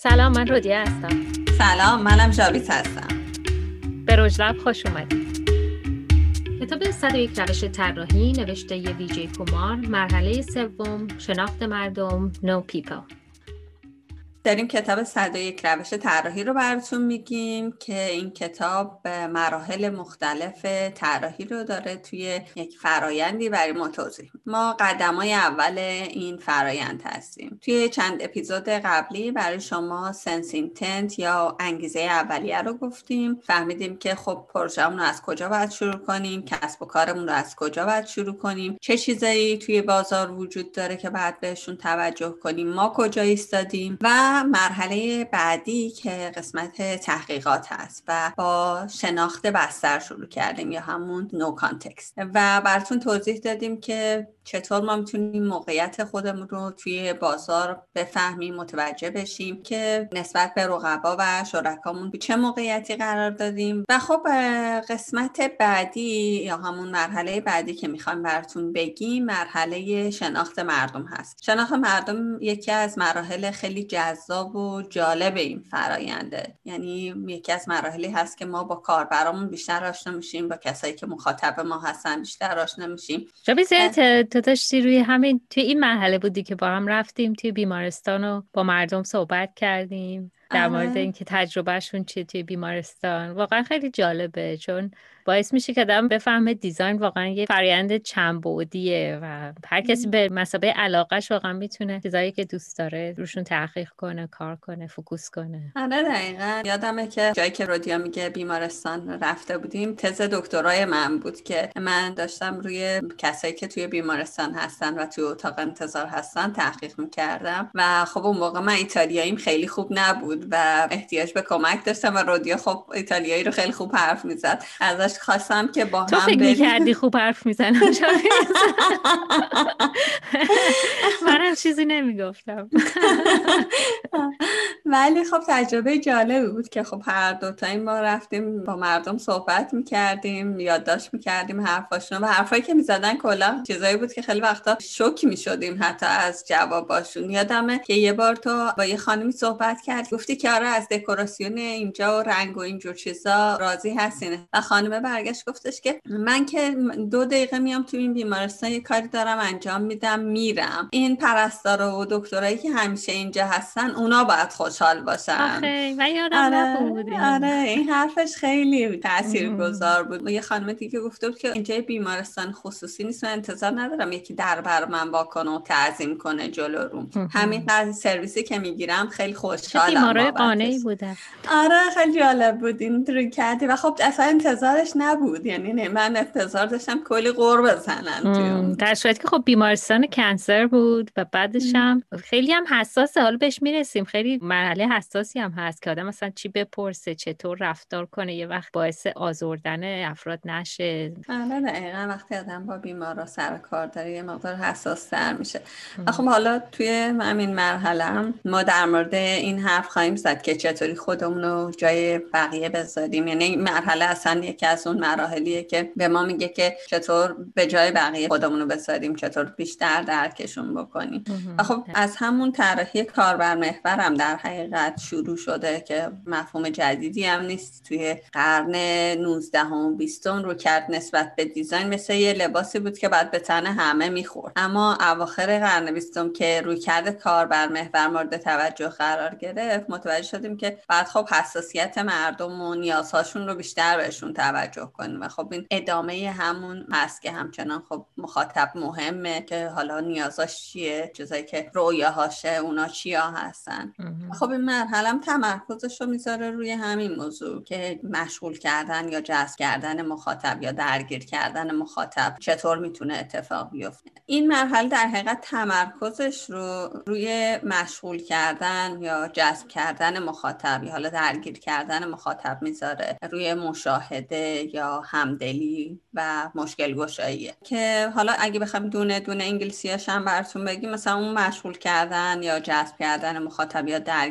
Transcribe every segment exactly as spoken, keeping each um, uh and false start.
سلام، من رودیه هستم. سلام، منم جاوید هستم. به رجلب خوش اومدید. کتاب صد و یک روش طراحی نوشته ی ویجی کومار، مرحله سوم، شناخت مردم، Know People. داریم کتاب صد و یک روش طراحی رو براتون میگیم که این کتاب مراحل مختلف طراحی رو داره توی یک فرایندی برای ما توضیح. ما قدمای اول این فرایند هستیم. توی چند اپیزود قبلی برای شما سنس اینتنت یا انگیزه اولیه رو گفتیم. فهمیدیم که خب پروژه‌مون رو از کجا باید شروع کنیم، کسب و کارمون رو از کجا باید شروع کنیم، چه چیزایی توی بازار وجود داره که باید بهشون توجه کنیم، ما کجا ایستادیم و مرحله بعدی که قسمت تحقیقات هست و با شناخت بستر شروع کردیم یا همون نو کانتکست و براتون توضیح دادیم که چطور ما میتونیم موقعیت خودمون رو توی بازار بفهمیم، متوجه بشیم که نسبت به رقبا و شرکامون چه موقعیتی قرار دادیم. و خب قسمت بعدی یا همون مرحله بعدی که میخوایم براتون بگیم مرحله شناخت مردم هست. شناخت مردم یکی از مراحل خیلی جذاب و جالب این فراینده، یعنی یکی از مراحلی هست که ما با کاربرامون بیشتر آشنا میشیم، با کسایی که مخاطب ما هستن بیشتر آشنا میشیم. شبیه تو داشتی روی همین توی این مرحله بودی که با هم رفتیم توی بیمارستان و با مردم صحبت کردیم در مورد اینکه تجربهشون چیه توی بیمارستان. واقعا خیلی جالبه چون باعث میشه که آدم بفهمه دیزاین واقعا یه فرآیند چند بعدیه و هر کسی به مثابه علاقهش واقعا میتونه چیزایی که دوست داره روشون تحقیق کنه، کار کنه، فوکوس کنه. آره دقیقاً. یادمه که جایی که رودیا میگه بیمارستان رفته بودیم، تز دکترای من بود که من داشتم روی کسایی که توی بیمارستان هستن و توی اتاق انتظار هستن تحقیق میکردم و خب اون موقع من ایتالیاییم خیلی خوب نبود و احتیاج به کمک داشتم و رودیا خب ایتالیایی رو خیلی خوب حرف میزد. ازش خواستم که با تو هم فکر میکردی خوب حرف میزنم؟ منم چیزی نمیگفتم. ولی خب تجربه جالبی بود که خب هر دوتایی ما رفتیم با مردم صحبت میکردیم، یادداشت میکردیم حرفاشون و حرفایی که میزدن کلا چیزایی بود که خیلی وقتا شوک میشدیم حتی از جواباشون. یادمه که یه بار تو با یه خانمی صحبت کردی، گفتی که آره از دکوراسیون اینجا و رنگ و اینجور چیزا راضی هستین و خانمه برگشت گفتش که من که دو دقیقه میام تو این بیمارستان یه کاری دارم انجام میدم میرم، این پرستارا و دکترایی که همیشه اینجا هستن اونا باید خوشحال باشن. آخه من یادم آره نبود. آره این حرفش خیلی تاثیرگذار بود. یه خانم دیگه گفته بود که اینجا بیمارستان خصوصی نیست، من انتظار ندارم یکی در بر من واکنه و تعظیم کنه جلو روم. همین قضیه سرویسی که میگیرم خیلی خوشحالم. بیمارای قانعی بودن. آره خیلی جالب بود این رو کردی و خب اصلا انتظارش نبود، یعنی نه من انتظار داشتم کلی غر بزنن. در صورتی که خب بیمارستان کنسر بود و بعدش هم خیلی هم حساسه. حالا بهش میرسیم. خیلی مرحله حساسی هم هست که آدم مثلا چی بپرسه، چطور رفتار کنه، یه وقت باعث آزردن افراد نشه. آره دقیقاً وقتی آدم با بیمارا سر کار داره یه مقدار حساس تر میشه. خب حالا توی همین مرحله هم ما در مورد این حرف خواهیم زد که چطوری خودمون رو جای بقیه بذاریم. یعنی این مرحله اصلا یکی از اون مراحلیه که به ما میگه که چطور به جای بقیه خودمون رو بذاریم، چطور بیشتر درکشون بکنیم. و خب از همون طراحی کاربر محور هم در حقیقت شروع شده که مفهوم جدیدی هم نیست. توی قرن نوزدهم و بیستم رو کرد نسبت به دیزاین مثل یه لباسی بود که بعد به تن همه میخورد، اما اواخر قرن بیستم که روی کرد کاربر محور مورد توجه قرار گرفت متوجه شدیم که بعد خب حساسیت مردم و نیازهاشون رو بیشتر بهشون توجه کنیم و خب این ادامه همون هست که همچنان خب مخاطب مهمه که حالا نیازاش چیه، چیزایی که رویاهاشه اونا چیا هستن. خب این مرحله هم تمرکزش رو میذاره روی همین موضوع که مشغول کردن یا جذب کردن مخاطب یا درگیر کردن مخاطب چطور میتونه اتفاق بیفته. این مرحله در حقیقت تمرکزش رو روی مشغول کردن یا جذب کردن مخاطب یا حالا درگیر کردن مخاطب میذاره، روی مشاهده یا همدلی و مشکل گشاییه که حالا اگه بخوام دونه دونه انگلیسیاش هم براتون بگیم، مثلا اون مشغول کردن یا جذب کردن مخاطب یا درگیر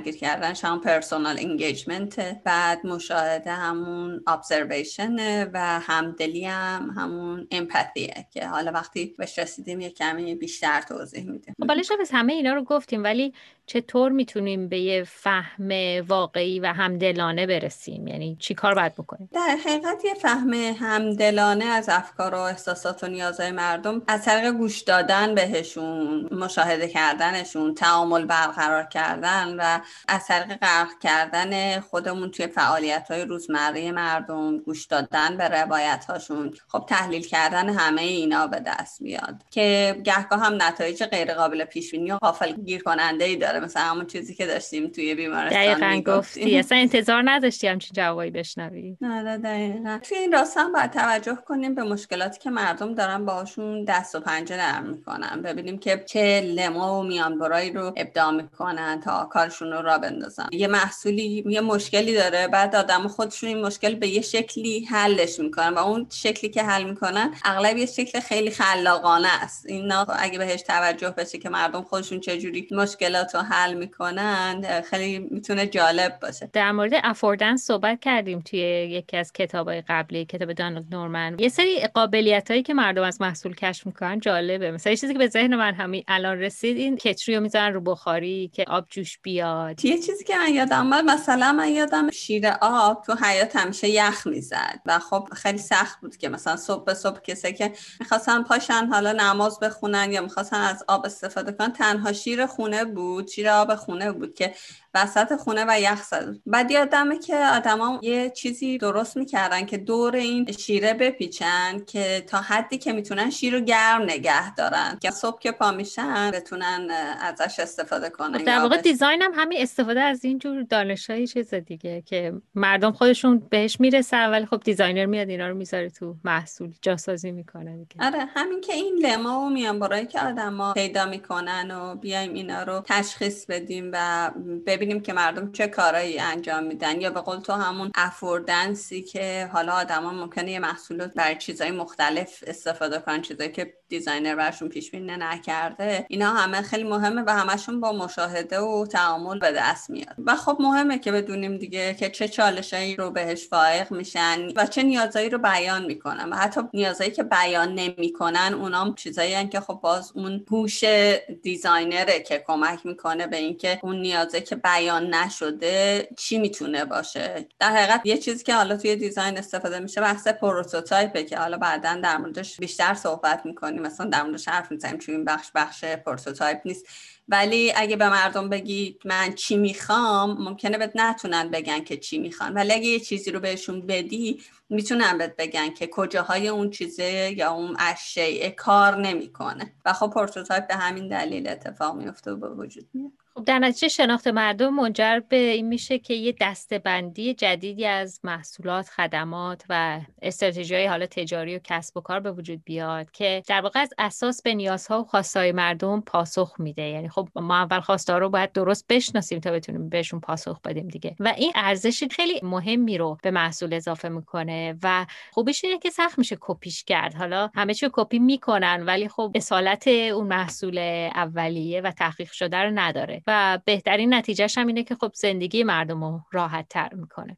درگیر کردنش همون پرسونال انگیجمنت، بعد مشاهده همون ابزرویشن و همدلی هم همون امپاتیه که حالا وقتی بهش رسیدیم یه کمی بیشتر توضیح میدیم. خب بالش از همه اینا رو گفتیم، ولی چطور میتونیم به یه فهم واقعی و همدلانه برسیم؟ یعنی چی کار باید بکنیم؟ در حقیقت یه فهم همدلانه از افکار و احساسات و نیازهای مردم از طریق گوش دادن بهشون، مشاهده کردنشون، تعامل برقرار کردن و از طریق غرق کردن خودمون توی فعالیت‌های روزمره مردم، گوش دادن به روایت‌هاشون، خب تحلیل کردن همه اینا به دست میاد که گهگاه هم نتایج غیر قابل پیش بینی و غافلگیر کننده‌ای داره، مثلا همون چیزی که داشتیم توی بیمارستان دقیقاً گفتی، اصلا انتظار نداشتی همچین جوابی بشنوی. نه دقیقاً. توی این راستا هم باید توجه کنیم به مشکلاتی که مردم دارن باهاشون دست و پنجه نرم میکنن، ببینیم که چه لما و میانبرایی رو ابداع میکنن تا کارشون رو راه بندازن. یه محصولی یه مشکلی داره، بعد آدم خودشون این مشکل به یه شکلی حلش میکنن و اون شکلی که حل میکنن اغلب یه شکل خیلی خلاقانه است. اینا اگه بهش توجه بشه که مردم خودشون چجوری مشکلات رو حل میکنن، خیلی میتونه جالب باشه. در مورد افوردنس صحبت کردیم توی یکی از کتاب‌های قبلی، کتاب دانالد نورمن. یه سری قابلیتایی که مردم از محصول کشف میکنن جالبه. مثلا یه چیزی که به ذهن من همین الان رسید، این کتری رو میذارن رو بخاری که آب جوش بیاد. یه چیزی که من یادم اومد، مثلا من یادم شیر آب تو حیاط همیشه یخ میزد و خب خیلی سخت بود که مثلا صبح به صبح کسی که میخواستن پاشن حالا نماز بخونن یا میخواستن از آب استفاده کنن، تنها شیر خونه بود، شیر آب خونه بود که وسط خونه و یخ زد. بعد یادمه که آدما یه چیزی درست میکردن که دور این شیره بپیچن که تا حدی که میتونن شیر رو گرم نگه دارن که صبح که پا میشن بتونن ازش استفاده کنن. در واقع دیزاین هم همین استفاده از اینجور دانش‌های چیز دیگه که مردم خودشون بهش میرسن، ولی خب دیزاینر میاد اینا رو میذاره تو محصول، جاسازی میکنه دیگه. آره، همین که این لما و میانبرایی که آدما پیدا میکنن و بیایم اینا رو تشخیص بدیم و ببینیم که مردم چه کارایی انجام میدن، یا به قول تو همون افوردنسی که حالا آدما ممکنه یه محصول برای چیزای مختلف استفاده کنن، چیزایی که دیزاینر براشون پیش بینی نکرده. اینا همه خیلی مهمه و همشون با مشاهده و تعامل به دست میاد. و خب مهمه که بدونیم دیگه که چه چالشایی رو بهش فائق میشن و چه نیازایی رو بیان میکنن و حتی نیازایی که بیان نمیکنن اونام چیزایی هستن که خب باز اون هوش دیزاینره که کمک میکنه به اینکه اون نیازی که بیان نشده چی میتونه باشه. در حقیقت یه چیزی که حالا توی دیزاین استفاده میشه بحث پروتوتایپه که حالا بعداً در موردش بیشتر صحبت میکنیم، مثلا در موردش حرف میزنیم چون این بخش بخش پروتوتایپ نیست. ولی اگه به مردم بگی من چی میخوام، ممکنه بهت نتونن بگن که چی میخوان، ولی اگه یه چیزی رو بهشون بدی میتونن بهت بگن که کجاهای اون چیزه یا اون اشیاء کار نمیکنه و خب پروتوتایپ به همین دلیل اتفاق میفته و به وجود میاد. خب در نتیجه شناخت مردم منجر به این میشه که یه دسته‌بندی جدیدی از محصولات، خدمات و استراتژی‌های حالا تجاری و کسب و کار به وجود بیاد که در واقع از اساس به نیازها و خواستهای مردم پاسخ میده. یعنی خب ما اول خواستها رو باید درست بشناسیم تا بتونیم بهشون پاسخ بدیم دیگه، و این ارزش خیلی مهمی رو به محصول اضافه میکنه و خوبیش اینه که سخت میشه کپیش کرد. حالا همه چی کپی میکنن ولی خب اصالت اون محصول اولیه و تحقیق شده رو نداره و بهترین نتیجهش هم اینه که خب زندگی مردم رو راحت تر میکنه.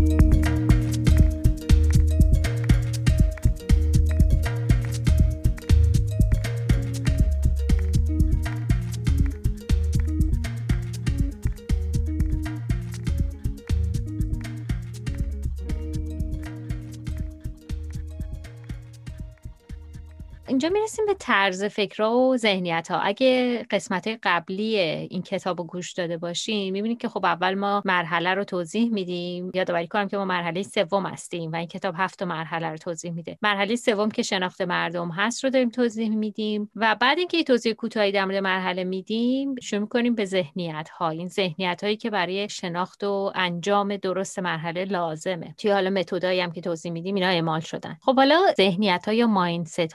اینجا میرسیم به طرز فکرها و ذهنیت ها. اگه قسمت قبلی این کتاب رو گوش داده باشیم میبینید که خب اول ما مرحله رو توضیح میدیم. یادآوری کنم که ما مرحله سوم هستیم و این کتاب هفت مرحله رو توضیح میده. مرحله سوم که شناخت مردم هست رو داریم توضیح میدیم و بعد اینکه توضیح کوتاهی در مورد مرحله میدیم شروع می‌کنیم به ذهنیت ها. این ذهنیت هایی که برای شناخت و انجام درست مرحله لازمه. توی حالا متدایی هم که توضیح میدیم اینا اعمال شدن. خب حالا ذهنیت ها یا مایندست هایی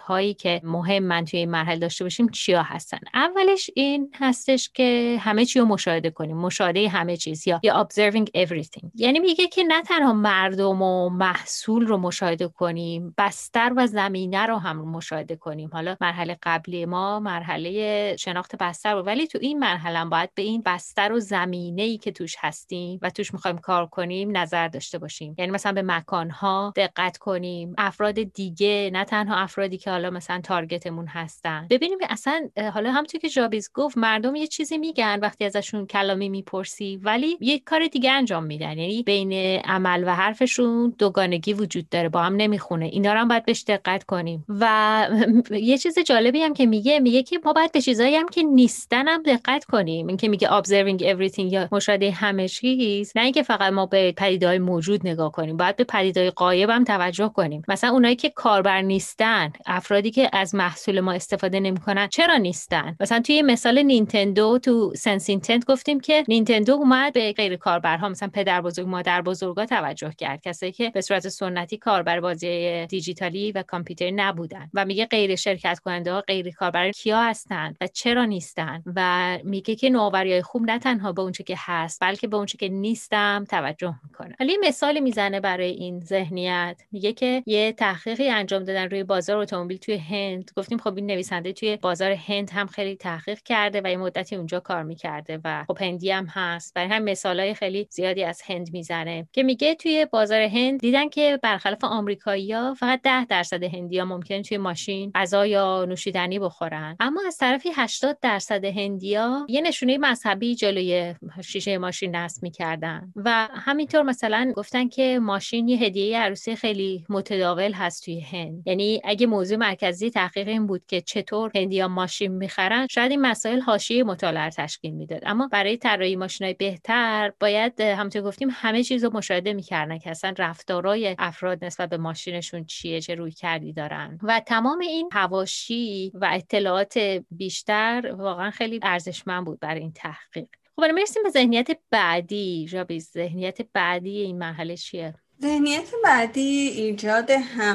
که مهم من توی این مرحله داشته باشیم چیا هستن. اولش این هستش که همه چی رو مشاهده کنیم، مشاهده همه چیز یا یا observing everything. یعنی میگه که نه تنها مردم و محصول رو مشاهده کنیم، بستر و زمینه رو هم مشاهده کنیم. حالا مرحله قبلی ما مرحله شناخت بستر بود، ولی تو این مرحله هم باید به این بستر و زمینه‌ای که توش هستیم و توش می‌خوایم کار کنیم نظر داشته باشیم. یعنی مثلا به مکان‌ها دقت کنیم، افراد دیگه، نه تنها افرادی که حالا مثلا تارگتمون هستن. ببینیم اصلا حالا همونطور که جابیز گفت مردم یه چیزی میگن وقتی ازشون کلامی میپرسی، ولی یه کار دیگه انجام میدن. یعنی بین عمل و حرفشون دوگانگی وجود داره، با هم نمیخونه. اینا رو هم باید بهش دقت کنیم. و یه چیز جالبی هم که میگه میگه که ما باید به چیزایی هم که نیستن هم دقت کنیم. این که میگه observing everything یا مشاهده همه چیز، نه اینکه فقط ما به پدیده‌های موجود نگاه کنیم، باید به پدیده‌های غایب هم توجه کنیم. مثلا اونایی که کاربر نیستن، افرادی که از محصول ما استفاده نمی‌کنن، چرا نیستن؟ مثلا توی مثال نینتندو تو سنس اینتنت گفتیم که نینتندو اومد به غیر کاربرها، مثلا پدر بزرگ مادر بزرگا توجه کرد، کسایی که به صورت سنتی کاربر بازی دیجیتالی و کامپیوتری نبودن. و میگه غیر شرکت کننده ها، غیر کاربران کیا هستن و چرا نیستن. و میگه که نوآوری‌های خوب نه تنها به اونچه که هست بلکه به اونچه که نیستم توجه میکنه. حالا مثالی میزنه برای این ذهنیت. میگه که یه تحقیقی انجام دادن روی بازار اتومبیل توی هند. گفتیم خب این نویسنده توی بازار هند هم خیلی تحقیق کرده و یه مدتی اونجا کار میکرده و خب هندی هم هست. برای هم مثالای خیلی زیادی از هند میزنه که میگه توی بازار هند دیدن که برخلاف آمریکایی‌ها فقط ده درصد هندی‌ها ممکنه توی ماشین غذا یا نوشیدنی بخورن، اما از طرفی هشتاد درصد هندی‌ها یه نشونه مذهبی جلوی شیشه ماشین نصب می‌کردن. و همینطور مثلا گفتن که ماشین یه هدیه عروسی خیلی متداول هست توی هند. یعنی اگه موضوع مرکزی تحقیق این بود که چطور هندی‌ها ماشین می‌خرن، شاید این مسائل حاشیه مطالعه تشکیل میداد. اما برای طراحی ماشینای بهتر باید همونطور گفتیم همه چیز رو مشاهده می‌کردن که اصلا رفتارهای افراد نسبت به ماشینشون چیه، چه رویکردی دارن. و تمام این حواشی و اطلاعات بیشتر واقعا خیلی ارزشمند بود برای این تحقیق. خب بریم به ذهنیت بعدی. جابیز، ذهنیت بعدی این مرحله چیه؟ ذهنیت بعدی ایجاد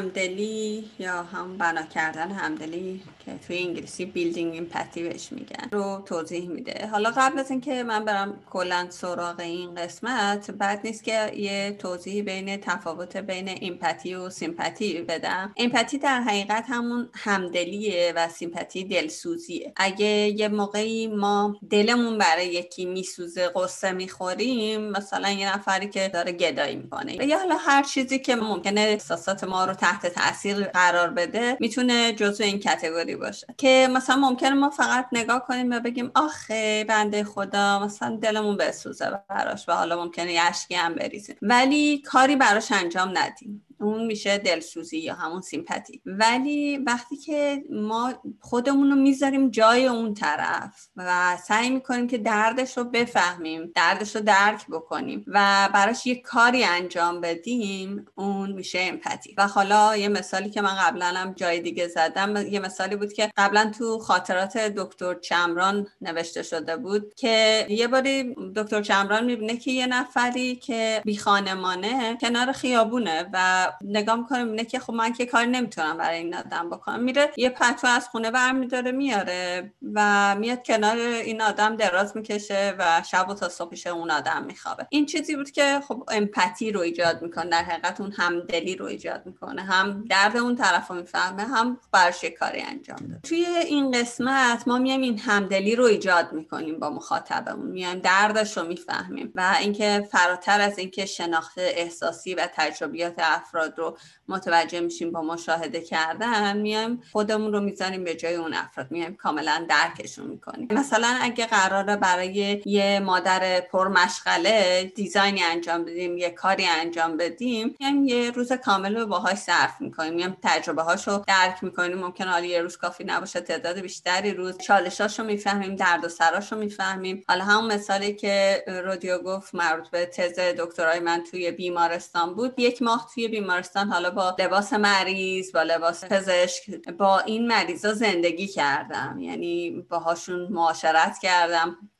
همدلی یا هم بنا کردن همدلی که توی انگلیسی بیلدینگ ایمپاتی بهش میگن رو توضیح میده. حالا قبل از اینکه من برم کلا سراغ این قسمت، بد نیست که یه توضیح بین تفاوت بین ایمپاتی و سیمپاتی بدم. ایمپاتی در حقیقت همون همدلیه و سیمپاتی دلسوزیه. اگه یه موقعی ما دلمون برای یکی میسوزه، قصه میخوریم، مثلا یه نفری که داره گدایی میکنه یا حالا هر چیزی که ممکنه احساسات ما رو تحت تاثیر قرار بده، میتونه جزو این کاتگوری باشه که مثلا ممکنه ما فقط نگاه کنیم و بگیم آخه بنده خدا، مثلا دلمون بسوزه براش و حالا ممکنه یه اشکی هم بریزیم ولی کاری براش انجام ندیم. اون میشه دلسوزی یا همون سیمپاتی. ولی وقتی که ما خودمون رو میذاریم جای اون طرف و سعی میکنیم که دردش رو بفهمیم، دردش رو درک بکنیم و براش یه کاری انجام بدیم، اون میشه امپاتی. و حالا یه مثالی که من قبلا هم جای دیگه زدم، یه مثالی بود که قبلا تو خاطرات دکتر چمران نوشته شده بود که یه باری دکتر چمران میبینه که یه نفری که بی خانمانه کنار خیابونه و نگاه میکنه میبینه که خب من که کاری نمیتونم برای این آدم بکنم. میره یه پتو از خونه برمیداره میاره و میاد کنار این آدم دراز میکشه و شب و تا صبحش اون آدم میخوابه. این چیزی بود که خب امپاتی رو ایجاد میکنه، در حقیقت اون همدلی رو ایجاد میکنه، هم درد اون طرف رو میفهمه، هم براش کاری انجام ده. توی این قسمت ما میایم این همدلی رو ایجاد میکنیم با مخاطبمون، میایم دردش رو میفهمیم و اینکه فراتر از اینکه شناخت احساسی و تجربیات افراد رو متوجه میشیم با مشاهده کردن، میایم خودمون رو میذاریم به جای اون افراد، میایم کاملا درکشون میکنیم. مثلا اگه قراره برای یه مادر پرمشغله دیزاینی انجام بدیم، یه کاری انجام بدیم، میایم یه روز کامل رو باهاش صرف میکنیم، میایم تجربه هاشو درک میکنیم. ممکنه حالا یه روز کافی نباشه، تعداد بیشتری روز چالشاشو میفهمیم، درد و سراشو میفهمیم. حالا همون مثالی که رودیو گفت مربوط به تز دکترای من توی بیمارستان بود، یک ماه توی بیمارستان حالا با لباس مریض، با لباس پزشک، با این مریضا زندگی کردم، یعنی باهاشون معاشرت کردم،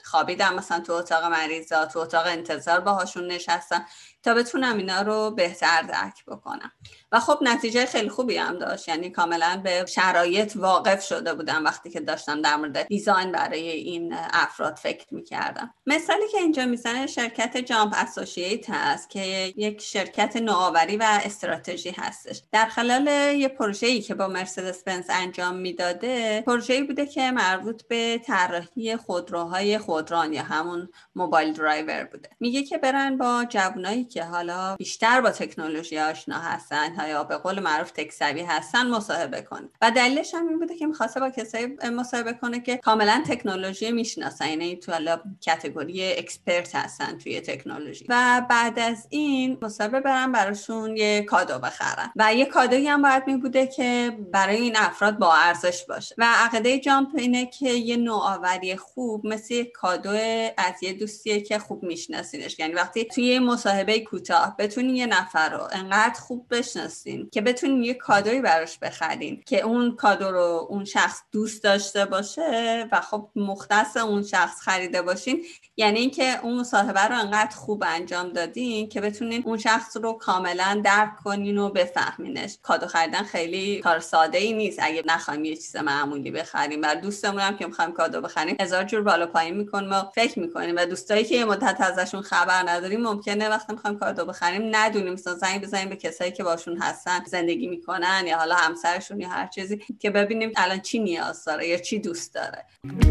خوابیدن مثلا تو اتاق مریضا، تو اتاق انتظار باهاشون نشستم تا بتونم اینا رو بهتر درک بکنم. و خب نتیجه خیلی خوبی هم داشت، یعنی کاملا به شرایط واقف شده بودم وقتی که داشتم در مورد دیزاین برای این افراد فکر میکردم. مثالی که اینجا میزنه شرکت جامپ اسوسییت هست که یک شرکت نوآوری و استراتژی هستش. در خلال یه پروژه‌ای که با مرسدس بنز انجام میداده، پروژه‌ای بوده که مربوط به طراحی خودروهای خودران یا همون موبایل درایور بوده. میگه که برن با جوانایی که حالا بیشتر با تکنولوژی آشنا هستن یا به قول معروف تک‌سوی هستن مصاحبه کنه. و دلیلش هم این بوده که می‌خواسته با کسایی مصاحبه کنه که کاملا تکنولوژی میشناسن، یعنی تو حالا کاتگوری اکسپرت هستن توی تکنولوژی. و بعد از این مصاحبه برن براشون یه کادو بخرن و یه کادویی هم باید می بوده که برای این افراد با ارزش باشه. و عقیده جامپ اینه که یه نوآوری خوب مثل یه کادو از یه دوستیه که خوب میشناسینش، یعنی وقتی توی یه مصاحبه کوتاه بتونین یه نفر رو انقدر خوب بشناسین که بتونین یه کادویی براش بخرین که اون کادو رو اون شخص دوست داشته باشه و خب مختص اون شخص خریده باشین، یعنی اینکه اون مصاحبه رو انقدر خوب انجام دادین که بتونین اون شخص رو کاملا درک کنین و بفهمینش. کادو خریدن خیلی کار ساده ای نیست اگه نخوایم یه چیز معمولی بخریم. بر دوستمون هم که می‌خوایم کادو بخریم هزار جور بالا پایین می‌کنیم و فکر می‌کنیم، و دوستایی که یه مدت ازشون خبر نداریم ممکنه وقتی می‌خوایم کادو بخریم ندونیم، مثلا زنگ بزنیم به کسایی که باشون هستن زندگی می‌کنن یا حالا همسرشون یا هر چیزی که ببینیم الان چی نیاز داره یا چی دوست داره.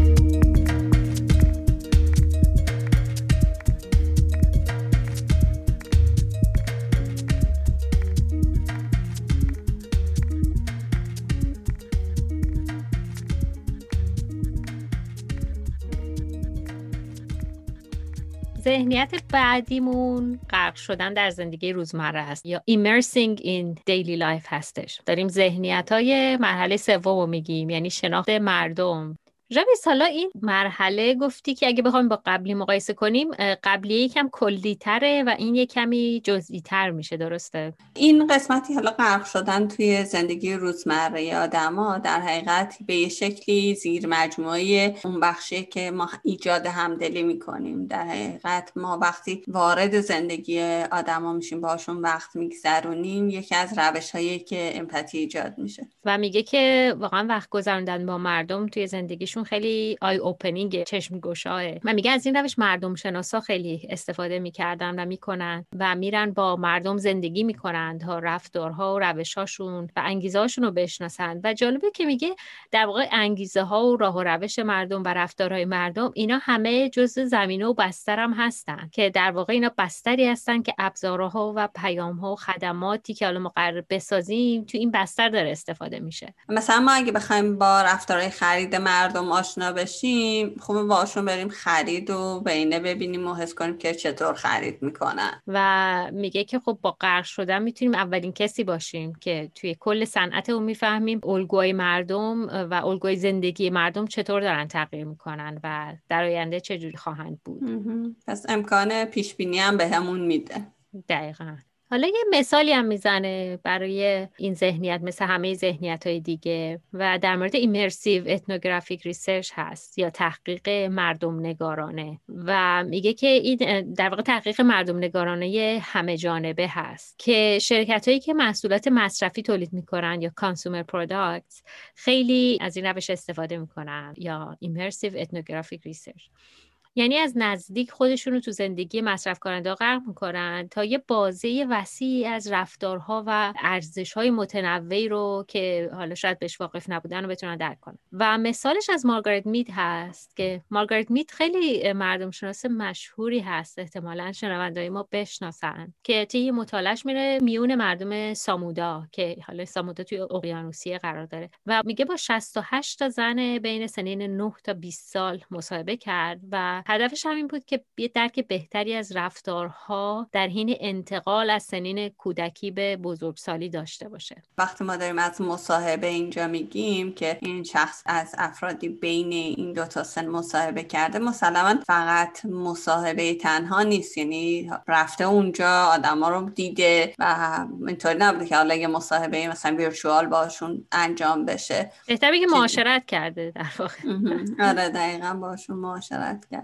ذهنیت بعدیمون غرق شدن در زندگی روزمره هست یا immersing in daily life هستش. داریم ذهنیت‌های مرحله سوم رو میگیم، یعنی شناخت مردم. جاویس، حالا این مرحله گفتی که اگه بخوایم با قبلی مقایسه کنیم، قبلی یکم کلی تره و این یک کمی جزئی تر میشه، درسته؟ این قسمتی حالا غرق شدن توی زندگی روزمره آدما در حقیقت به یه شکلی زیر مجموعه اون بخشی که ما ایجاد همدلی میکنیم. در حقیقت ما وقتی وارد زندگی آدما میشیم، باشون وقت میگذرونیم، یکی از روش‌هایی که امپاتی ایجاد میشه. و میگه که واقعا وقت گذروندن با مردم توی زندگیشون خیلی آی اوپنینگ، چشم گشاه. من میگه از این روش مردم شناسا خیلی استفاده میکردن و میکنن و میرن با مردم زندگی میکنن تا رفتارها و روشاشون و انگیزه هاشون رو بشناسن. و جالبه که میگه در واقع انگیزه ها و راه و روش مردم و رفتارهای مردم اینا همه جزء زمینه و بستر هم هستن که در واقع اینا بستری هستن که ابزارها و پیام‌ها و خدماتی که حالا ما قرار بسازیم تو این بستر داره استفاده میشه. مثلا ما اگه بخوایم با رفتارهای خرید مردم آشنا بشیم، خوبه باشون بریم خرید و بینه ببینیم و حس کنیم که چطور خرید میکنن. و میگه که خب با غرق شدن میتونیم اولین کسی باشیم که توی کل صنعت رو میفهمیم الگوی مردم و الگوی زندگی مردم چطور دارن تغییر میکنن و در آینده چجوری خواهند بود. پس امکان پیش بینی هم بهمون میده. دقیقاً. حالا یه مثالی هم میزنه برای این ذهنیت مثل همه ذهنیت‌های دیگه و در مورد ایمرسیو ethnographic ریسرچ هست یا تحقیق مردم نگارانه و میگه که این در واقع تحقیق مردم نگارانه همه جانبه هست که شرکت‌هایی که محصولات مصرفی تولید میکنن یا consumer products خیلی از این روش استفاده میکنن یا ایمرسیو ethnographic ریسرچ، یعنی از نزدیک خودشون رو تو زندگی مصرف کننده غرق میکنن تا یه بازه وسیعی از رفتارها و ارزش‌های متنوعی رو که حالا شاید بهش واقف نبودن رو بتونن درک کنن. و مثالش از مارگارت مید هست که مارگارت مید خیلی مردم شناس مشهوری هست، احتمالاً شنونده‌های ما بشناسن، که توی مطالعه‌اش میره میون مردم سامودا که حالا سامودا توی اقیانوسیه قرار داره و میگه با شصت و هشت تا زن بین سنین نه تا بیست سال مصاحبه کرد و هدفش همین بود که یه درک بهتری از رفتارها در حین انتقال از سنین کودکی به بزرگسالی داشته باشه. وقتی ما داریم از مصاحبه اینجا میگیم که این شخص از افرادی بین این دو تا سن مصاحبه کرده، مسلماً فقط مصاحبه تنها نیست، یعنی رفته اونجا آدما رو دیده و اینطوری نبوده که حالا یه مصاحبه مثلا ویرچوال باشون انجام بشه. بهتره که معاشرت کرده در واقع. آره دقیقاً باشون معاشرت کرده.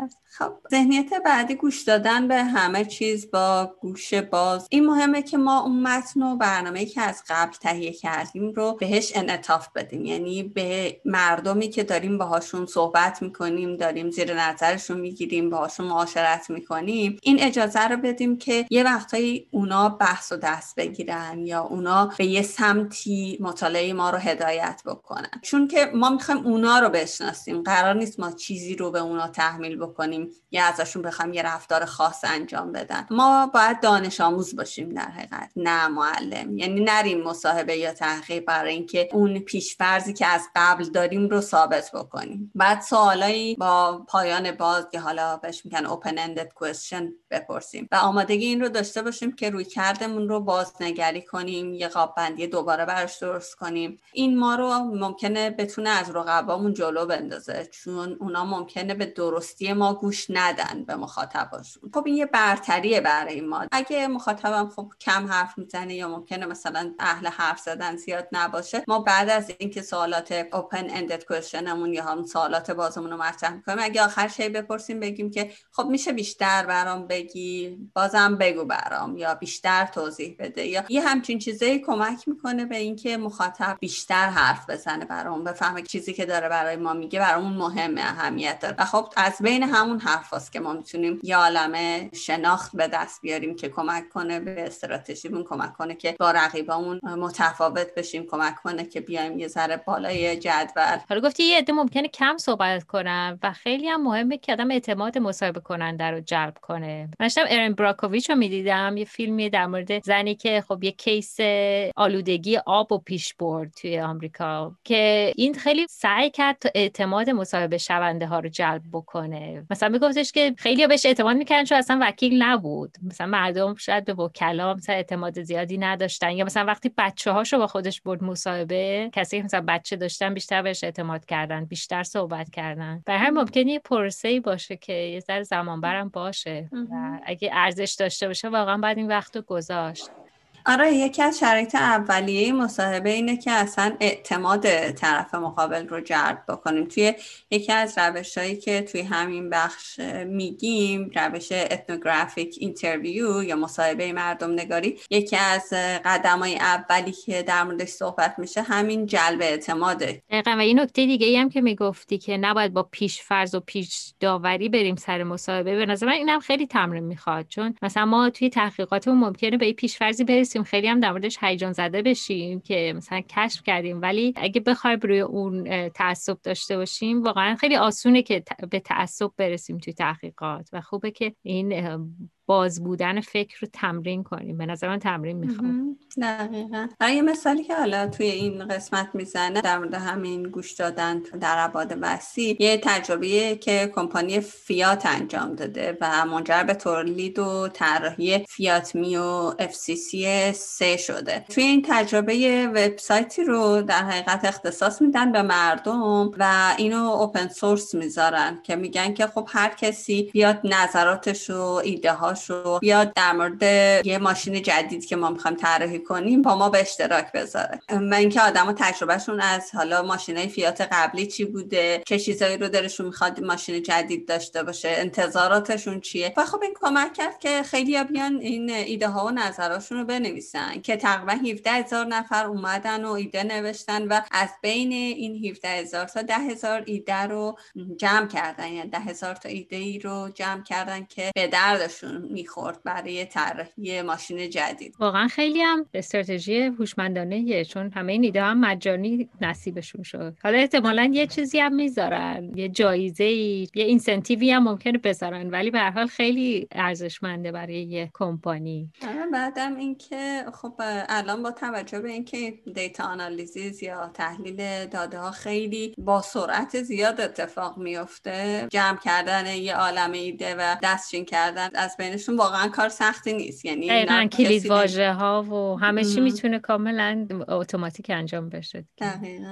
مرسی. خب ذهنیت بعدی گوش دادن به همه چیز با گوش باز. این مهمه که ما اون متن و برنامه‌ای که از قبل تهیه کردیم رو بهش انعطاف بدیم، یعنی به مردمی که داریم باهاشون صحبت میکنیم، داریم زیر نظرشون میگیریم، باهاشون معاشرت میکنیم، این اجازه رو بدیم که یه وقتایی اونا بحث و دست بگیرن یا اونا به یه سمتی مطالعه ما رو هدایت بکنن، چون که ما میخوایم اونا رو بشناسیم. قرار نیست ما چیزی رو به اونا تحمیل بکنیم یا ازشون بخوایم یه رفتار خاص انجام بدن. ما باید دانش آموز باشیم در حقیقت، نه معلم. یعنی نریم مصاحبه یا تحقیق برای اینکه اون پیش‌فرضی که از قبل داریم رو ثابت بکنیم. بعد سوالایی با پایان باز که حالا بهش میگن open ended question بپرسیم و آمادگی این رو داشته باشیم که روی کردمون رو بازنگری کنیم، یه قاب بندی دوباره براش درست کنیم. این ما رو ممکنه بتونه از رقبامون جلو بندازه، چون اونا ممکنه به درستی ما گوش ندن به مخاطباشون. خب این یه برتریه برای ما. اگه مخاطبم خب کم حرف میزنه یا ممکنه مثلا اهل حرف زدن زیاد نباشه، ما بعد از اینکه سوالات open ended questionمون یا هم سوالات بازمون رو مطرح میکنیم، اگه آخر شی بپرسیم بگیم که خب میشه بیشتر برام بگی، بازم بگو برام، یا بیشتر توضیح بده، یا یه همچین چیزایی کمک میکنه به اینکه مخاطب بیشتر حرف بزنه برام، بفهمه چیزی که داره برای ما میگه برامون مهمه، اهمیت داره. و خب از بین همون حرفاست که ما میتونیم یه عالمه شناخت به دست بیاریم که کمک کنه به استراتژیمون، کمک کنه که با رقیبامون متفاوت بشیم، کمک کنه که بیایم یه ذره بالای جدول. حالا گفتی یه عده ممکنه کم صحبت کنن و خیلی هم مهمه که آدم اعتماد مصاحبه کننده رو جلب کنه. من داشتم ارن براکوویچ رو میدیدم، یه فیلمی در مورد زنی که خب یه کیس آلودگی آب و پیش برد توی آمریکا، که این خیلی سعی کرد تا اعتماد مصاحبه شونده ها رو جلب بکنه. مثلا میگفتش که خیلی بهش اعتماد میکنن چون اصلا وکیل نبود، مثلا مردم شاید به وکلا مثلا اعتماد زیادی نداشتن، یا مثلا وقتی بچه هاشو با خودش برد مصاحبه، کسی که مثلا بچه داشتن بیشتر بهش اعتماد کردن، بیشتر صحبت کردن. برای هر ممکنه یه پروسه‌ای باشه که یه ذره زمان برم باشه و اگه ارزش داشته باشه واقعا بعد این وقتو گذاشت. آره، یکی از شرایط اولیه مصاحبه اینه که اصلا اعتماد طرف مقابل رو جلب بکنیم. توی یکی از روش‌هایی که توی همین بخش میگیم، روش ethnographic اینترویو یا مصاحبه مردم نگاری، یکی از قدم‌های اولی که در موردش صحبت میشه همین جلب اعتماده. دقیقاً. و این نکته دیگه ای هم که میگفتی که نباید با پیش فرض و پیش داوری بریم سر مصاحبه، به نظر من اینم خیلی تمرین میخواد، چون مثلا ما توی تحقیقاتمون ممکنه به این پیش فرضی برسیم، خیلی هم در موردش هیجان زده بشیم که مثلا کشف کردیم، ولی اگه بخوایم روی اون تعصب داشته باشیم واقعا خیلی آسونه که به تعصب برسیم توی تحقیقات و خوبه که این باز بودن فکر رو تمرین کنیم. به نظر من تمرین میخواد. دقیقاً. یه مثالی که حالا توی این قسمت میزنه در مورد همین گوش دادن در ابعاد وسیع، یه تجربه که کمپانی فیات انجام داده و منجر به تولید و طراحی فیات میو اف سی سی سه شده. توی این تجربه وبسایتی رو در حقیقت اختصاص میدن به مردم و اینو اوپن سورس میذارن که میگن که خب هر کسی بیاد نظراتش و ایده هاشو بیاد در مورد یه ماشین جدید که ما میخوایم طراحی کنیم با ما به اشتراک بذاره. من اینکه آدما تجربهشون از حالا ماشینای فیات قبلی چی بوده، چه چیزایی رو دلشون میخواد ماشین جدید داشته باشه، انتظاراتشون چیه. و خب این کمک کرد که خیلی‌ها بیان این ایده ها و نظراتشون رو بنویسن که تقریبا هفده هزار نفر اومدن و ایده نوشتن و از بین این هفده هزار تا ده هزار ایده رو جمع کردن، یعنی ده هزار تا ایده ای رو جمع کردن که به دردشون میخورد برای طراحی ماشین جدید. واقعا خیلی هم استراتژی هوشمندانه، چون همه این ایده هم مجانی نصیبشون شد. حالا احتمالاً یه چیزی هم میذارن، یه جایزه‌ای، یه اینسنتیوی هم ممکنه بذارن، ولی به هر حال خیلی ارزشمنده برای یه کمپانی. بعدم اینکه خب الان با توجه به اینکه دیتا آنالیزیز یا تحلیل داده ها خیلی با سرعت زیاد اتفاق میفته، جمع کردن یه عالمه ایده و دستچین کردن از بینشون واقعا کار سختی نیست. یعنی دقیقاً کلید واژه ها و همه چی میتونه کاملا اتوماتیک انجام بشه. دقیقاً.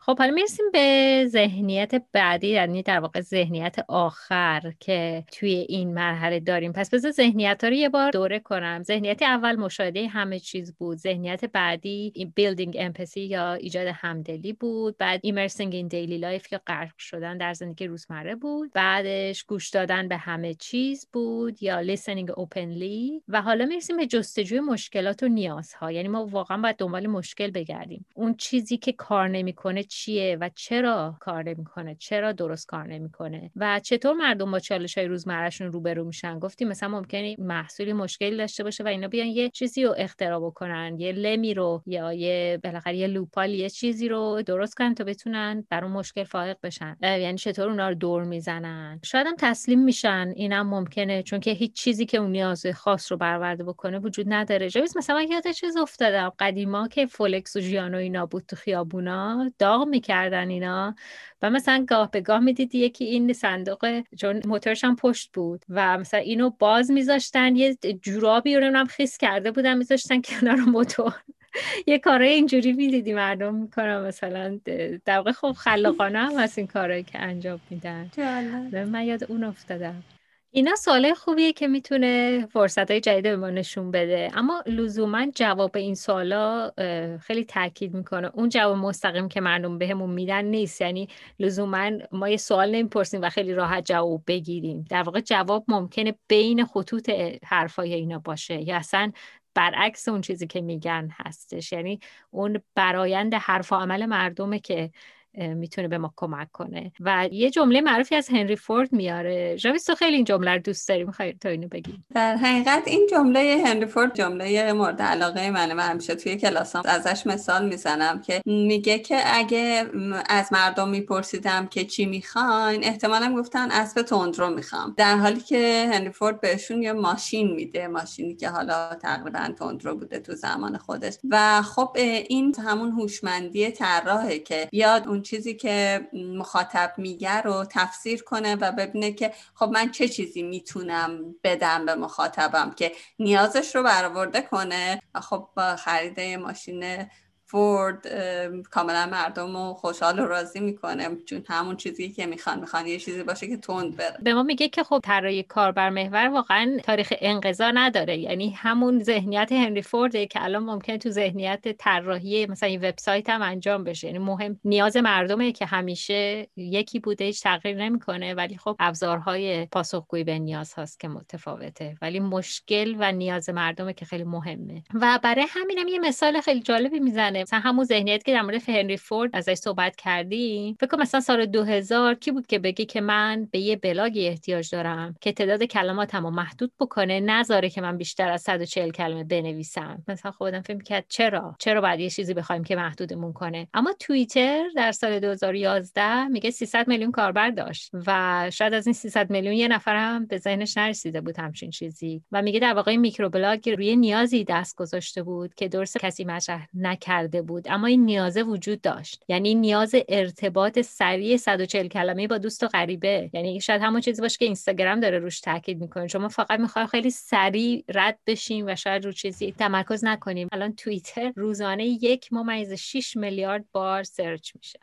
خب حالا میرسیم به ذهنیت بعدی، یعنی در واقع ذهنیت آخر که توی این مرحله داریم. پس بذار ذهنیت ها رو یه بار دوره کنم. ذهنیت اول مشاهده همه چیز بود. ذهنیت بعدی building empathy یا ایجاد همدلی بود. بعد immersing in daily life یا غرق شدن در زندگی روزمره بود. بعدش گوش دادن به همه چیز بود یا listening openly. و حالا میرسیم به جستجوی مشکلات و نیازها، یعنی ما واقعا باید دنبال مشکل بگردیم. اون چیزی که کار نمیکنه چیه و چرا کار نمیکنه، چرا درست کار نمیکنه و چطور مردم با چالش‌های روزمرهشون روبرو میشن. گفتیم مثلا ممکنه محصولی مشکلی داشته باشه و اینا بیان یه چیزی رو اختراع بکنن، یه لمی رو یا یه بالاخره یه لوپال یه چیزی رو درست کنن تا بتونن بر اون مشکل فائق بشن. یعنی چطور اونا رو دور میزنن. شاید هم تسلیم میشن، اینم ممکنه، چون که هیچ چیزی که اون نیاز خاص رو برآورده بکنه وجود نداره. جویس مثلا من یاد چیز افتادم، قدیما که فولکس و ژیانو اینا بود تو خیابونا داغ میکردن اینا و مثلا گاه به گاه میدیدی یکی این صندوق، چون موتورش هم پشت بود و مثلا اینو باز میذاشتن، یه جورابی رو هم خیس کرده بودن میذاشتن کنار موتور. یه کاره اینجوری میدیدی مردم میکنن مثلا، در واقع خب خلاقانه هم هست این کارهایی که انجام میدن. من یاد اون افتادم. اینا سوالای خوبیه که میتونه فرصتهای جدید به ما نشون بده، اما لزوما جواب این سوالا خیلی تاکید میکنه اون جواب مستقیم که مردم بهمون میدن نیست. یعنی لزوما ما یه سوال نمیپرسیم و خیلی راحت جواب بگیریم. در واقع جواب ممکنه بین خطوط حرفای اینا باشه یا اصلا برعکس اون چیزی که میگن هستش. یعنی اون برآیند حرف و عمل مردمه که میتونه به ما کمک کنه. و یه جمله معروفی از هنری فورد میاره. جاویس تو خیلی این جمله رو دوست داری، میخوای تو اینو بگی؟ در حقیقت این جمله هنری فورد جمله مورد علاقه منه. من همیشه توی کلاسام ازش مثال میزنم که میگه که اگه از مردم میپرسیدم که چی میخواین، احتمالاً گفتن اسب تندرو میخوام، در حالی که هنری فورد بهشون یه ماشین میده، ماشینی که حالا تقریبا تندرو بوده تو زمان خودش. و خب این همون هوشمندی طراحه که بیاد اون چیزی که مخاطب میگه رو تفسیر کنه و ببینه که خب من چه چیزی میتونم بدم به مخاطبم که نیازش رو برآورده کنه. و خب با خرید ماشین فورد کاملا مردم رو خوشحال و راضی میکنه، چون همون چیزی که میخوان میخوان یه چیزی باشه که تند بره. به ما میگه که خب طراحی کاربر محور واقعا تاریخ انقضا نداره. یعنی همون ذهنیت هنری فورده که الان ممکنه تو ذهنیت طراحی مثلا این وبسایت هم انجام بشه. یعنی مهم نیاز مردمه که همیشه یکی بوده، هیچ تغییر نمیکنه، ولی خب ابزارهای پاسخگویی به نیاز هاست که متفاوته، ولی مشکل و نیاز مردمه که خیلی مهمه. و برای همینم یه مثال خیلی جالبی میزنه. مثلا همون ذهنیت که در مورد هنری فورد ازش صحبت کردیم، فکر کنم مثلا سال دو هزار کی بود که بگه که من به یه بلاگی احتیاج دارم که تعداد کلماتمو محدود بکنه، نذاره که من بیشتر از صد و چهل کلمه بنویسم. مثلا خودم فکر می‌کردم چرا چرا باید یه چیزی بخوایم که محدودمون کنه. اما توییتر در سال دو هزار و یازده میگه سیصد میلیون کاربر داشت و شاید از این سیصد میلیون یه نفر هم به ذهنش نرسیده بود همچین چیزی. و میگه در واقع میکروبلاگ روی نیازی دست گذاشته بود که درست کسی مطرح نکرده بود، اما این نیازه وجود داشت. یعنی نیاز ارتباط سریع صد و چهل کلمه‌ای با دوست و غریبه. یعنی شاید همون چیزی باشه که اینستاگرام داره روش تاکید میکنه. شما فقط میخوایم خیلی سریع رد بشیم و شاید رو چیزی تمرکز نکنیم. الان توییتر روزانه یک ممیز شش میلیارد بار سرچ میشه.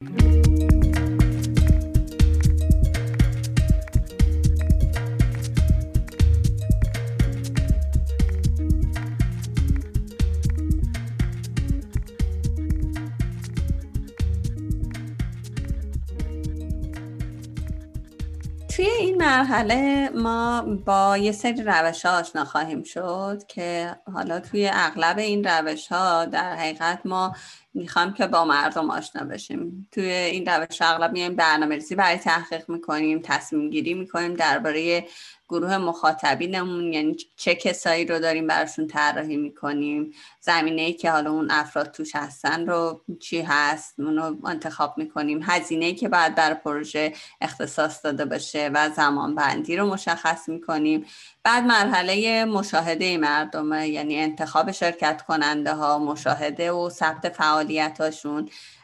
توی این مرحله ما با یه سری روش ها آشنا خواهیم شد که حالا توی اغلب این روش ها در حقیقت ما میخوام که با مردم آشنا بشیم. توی این روش اغلب میایم برنامه‌ریزی برای تحقیق میکنیم، تصمیم گیری میکنیم درباره گروه مخاطبینمون، یعنی چه کسایی رو داریم براشون طراحی میکنیم، زمینه‌ای که حالا اون افراد توش هستن رو چی هست اونو انتخاب میکنیم، هزینه‌ای که باید برای پروژه اختصاص داده باشه و زمان بندی رو مشخص میکنیم. بعد مرحله مشاهده مردمه، یعنی انتخاب شرکت کننده ها، مشاهده و ثبت فعالیت هاشون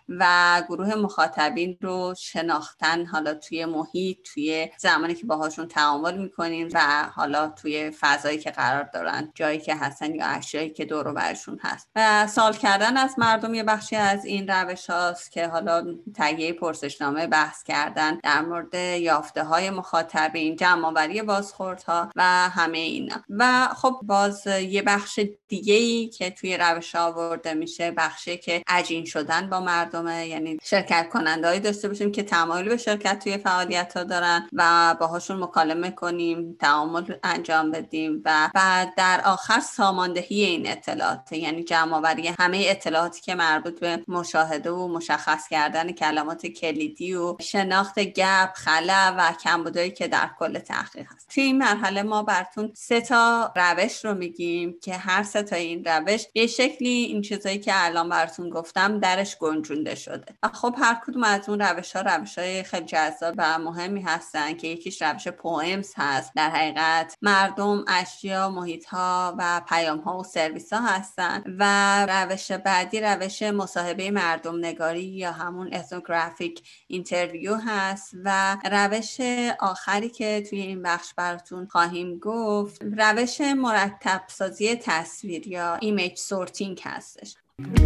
و گروه مخاطبین رو شناختن، حالا توی محیط، توی زمانی که باهاشون تعامل میکنین و حالا توی فضایی که قرار دارن، جایی که هستن یا اشیایی که دور و برشون هست. و سوال کردن از مردم یه بخشی از این روش هاست که حالا تهیه پرسشنامه، بحث کردن در مورد یافته های مخاطبین، جمع‌آوری بازخوردها و همه اینا. و خب باز یه بخش دیگه‌ای که توی روش آورده میشه بخشی که عجین شدن با مردمه، یعنی شرکت کننده‌ای داشته باشیم که تمایل به شرکت توی فعالیت‌ها دارن و باهاشون مکالمه کنیم، تعامل انجام بدیم و بعد در آخر ساماندهی این اطلاعات، یعنی جمع‌آوری همه اطلاعاتی که مربوط به مشاهده و مشخص کردن کلمات کلیدی و شناخت گپ، خلا و کمبودایی که در کل تحقیق هست. توی این مرحله ما براتون سه تا روش رو میگیم که هر سه تا این روش به شکلی این چیزایی که الان براتون گفتم درش گنجونده شده. و خب هر کدوم از اون روش‌ها روش‌های خیلی جذاب و مهمی هستن که یکیش روش پوئمز هست. در حقیقت مردم، اشیا، محیط‌ها و پیام‌ها و سرویس‌ها هستن. و روش بعدی روش مصاحبه مردم نگاری یا همون ethnographic اینترویو هست. و روش آخری که توی این بخش براتون خواهیم گفت روش مرتب سازی تصویر یا ایمیج سورتینگ هستش.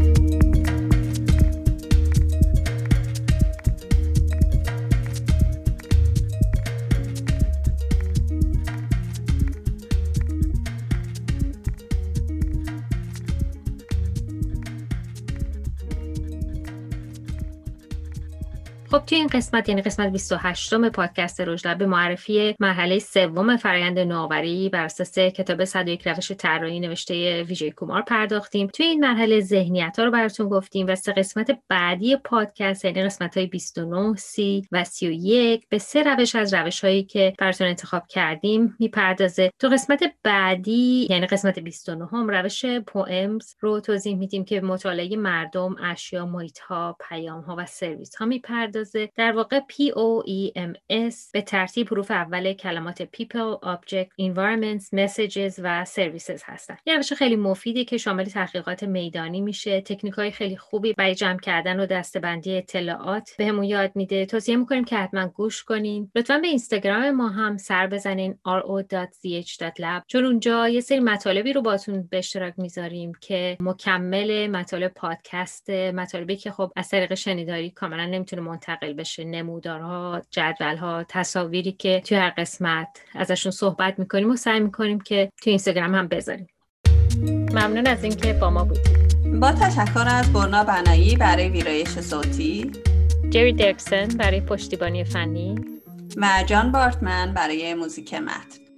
خب توی این قسمت، یعنی قسمت بیست و هشتم پادکست رشد، به معرفی مرحله سوم فرآیند نوآوری بر اساس کتاب صد و یک روش طراحی نوشته ویجی کومار پرداختیم. توی این مرحله ذهنیت‌ها رو براتون گفتیم و سه قسمت بعدی پادکست، یعنی قسمت‌های بیست و نه، سی و سی و یک، به سه روش از روش‌هایی که براتون انتخاب کردیم میپردازه. تو قسمت بعدی، یعنی قسمت بیست و نه هم، روش پوئمز رو توضیح میدیم که مطالعه مردم، اشیا، محیط‌ها، پیام‌ها و سرویس‌ها میپردازه. در واقع پی او ای ام اس به ترتیب حروف اول کلمات people, object, environments, messages و services هستن. یه روش خیلی مفیدی که شامل تحقیقات میدانی میشه، تکنیک‌های خیلی خوبی برای جمع کردن و دسته‌بندی اطلاعات بهمون یاد میده. توصیه می‌کنیم که حتما گوش کنین. لطفاً به اینستاگرام ما هم سر بزنین آر او دات زی اچ دات لب، چون اونجا یه سری مطالبی رو باهاتون به اشتراک میذاریم که مکمل مطالب پادکست، مطالبی که خب از طریق شنیداری کاملا نمیتونه منتقل بشه، نمودارها، جدولها، تصاویری که توی هر قسمت ازشون صحبت میکنیم و سعی میکنیم که توی اینستاگرام هم بذاریم. ممنون از اینکه با ما بودید. با تشکر از برنا بنایی برای ویرایش صوتی، جری درکسن برای پشتیبانی فنی و جان بارتمن برای موزیک متن.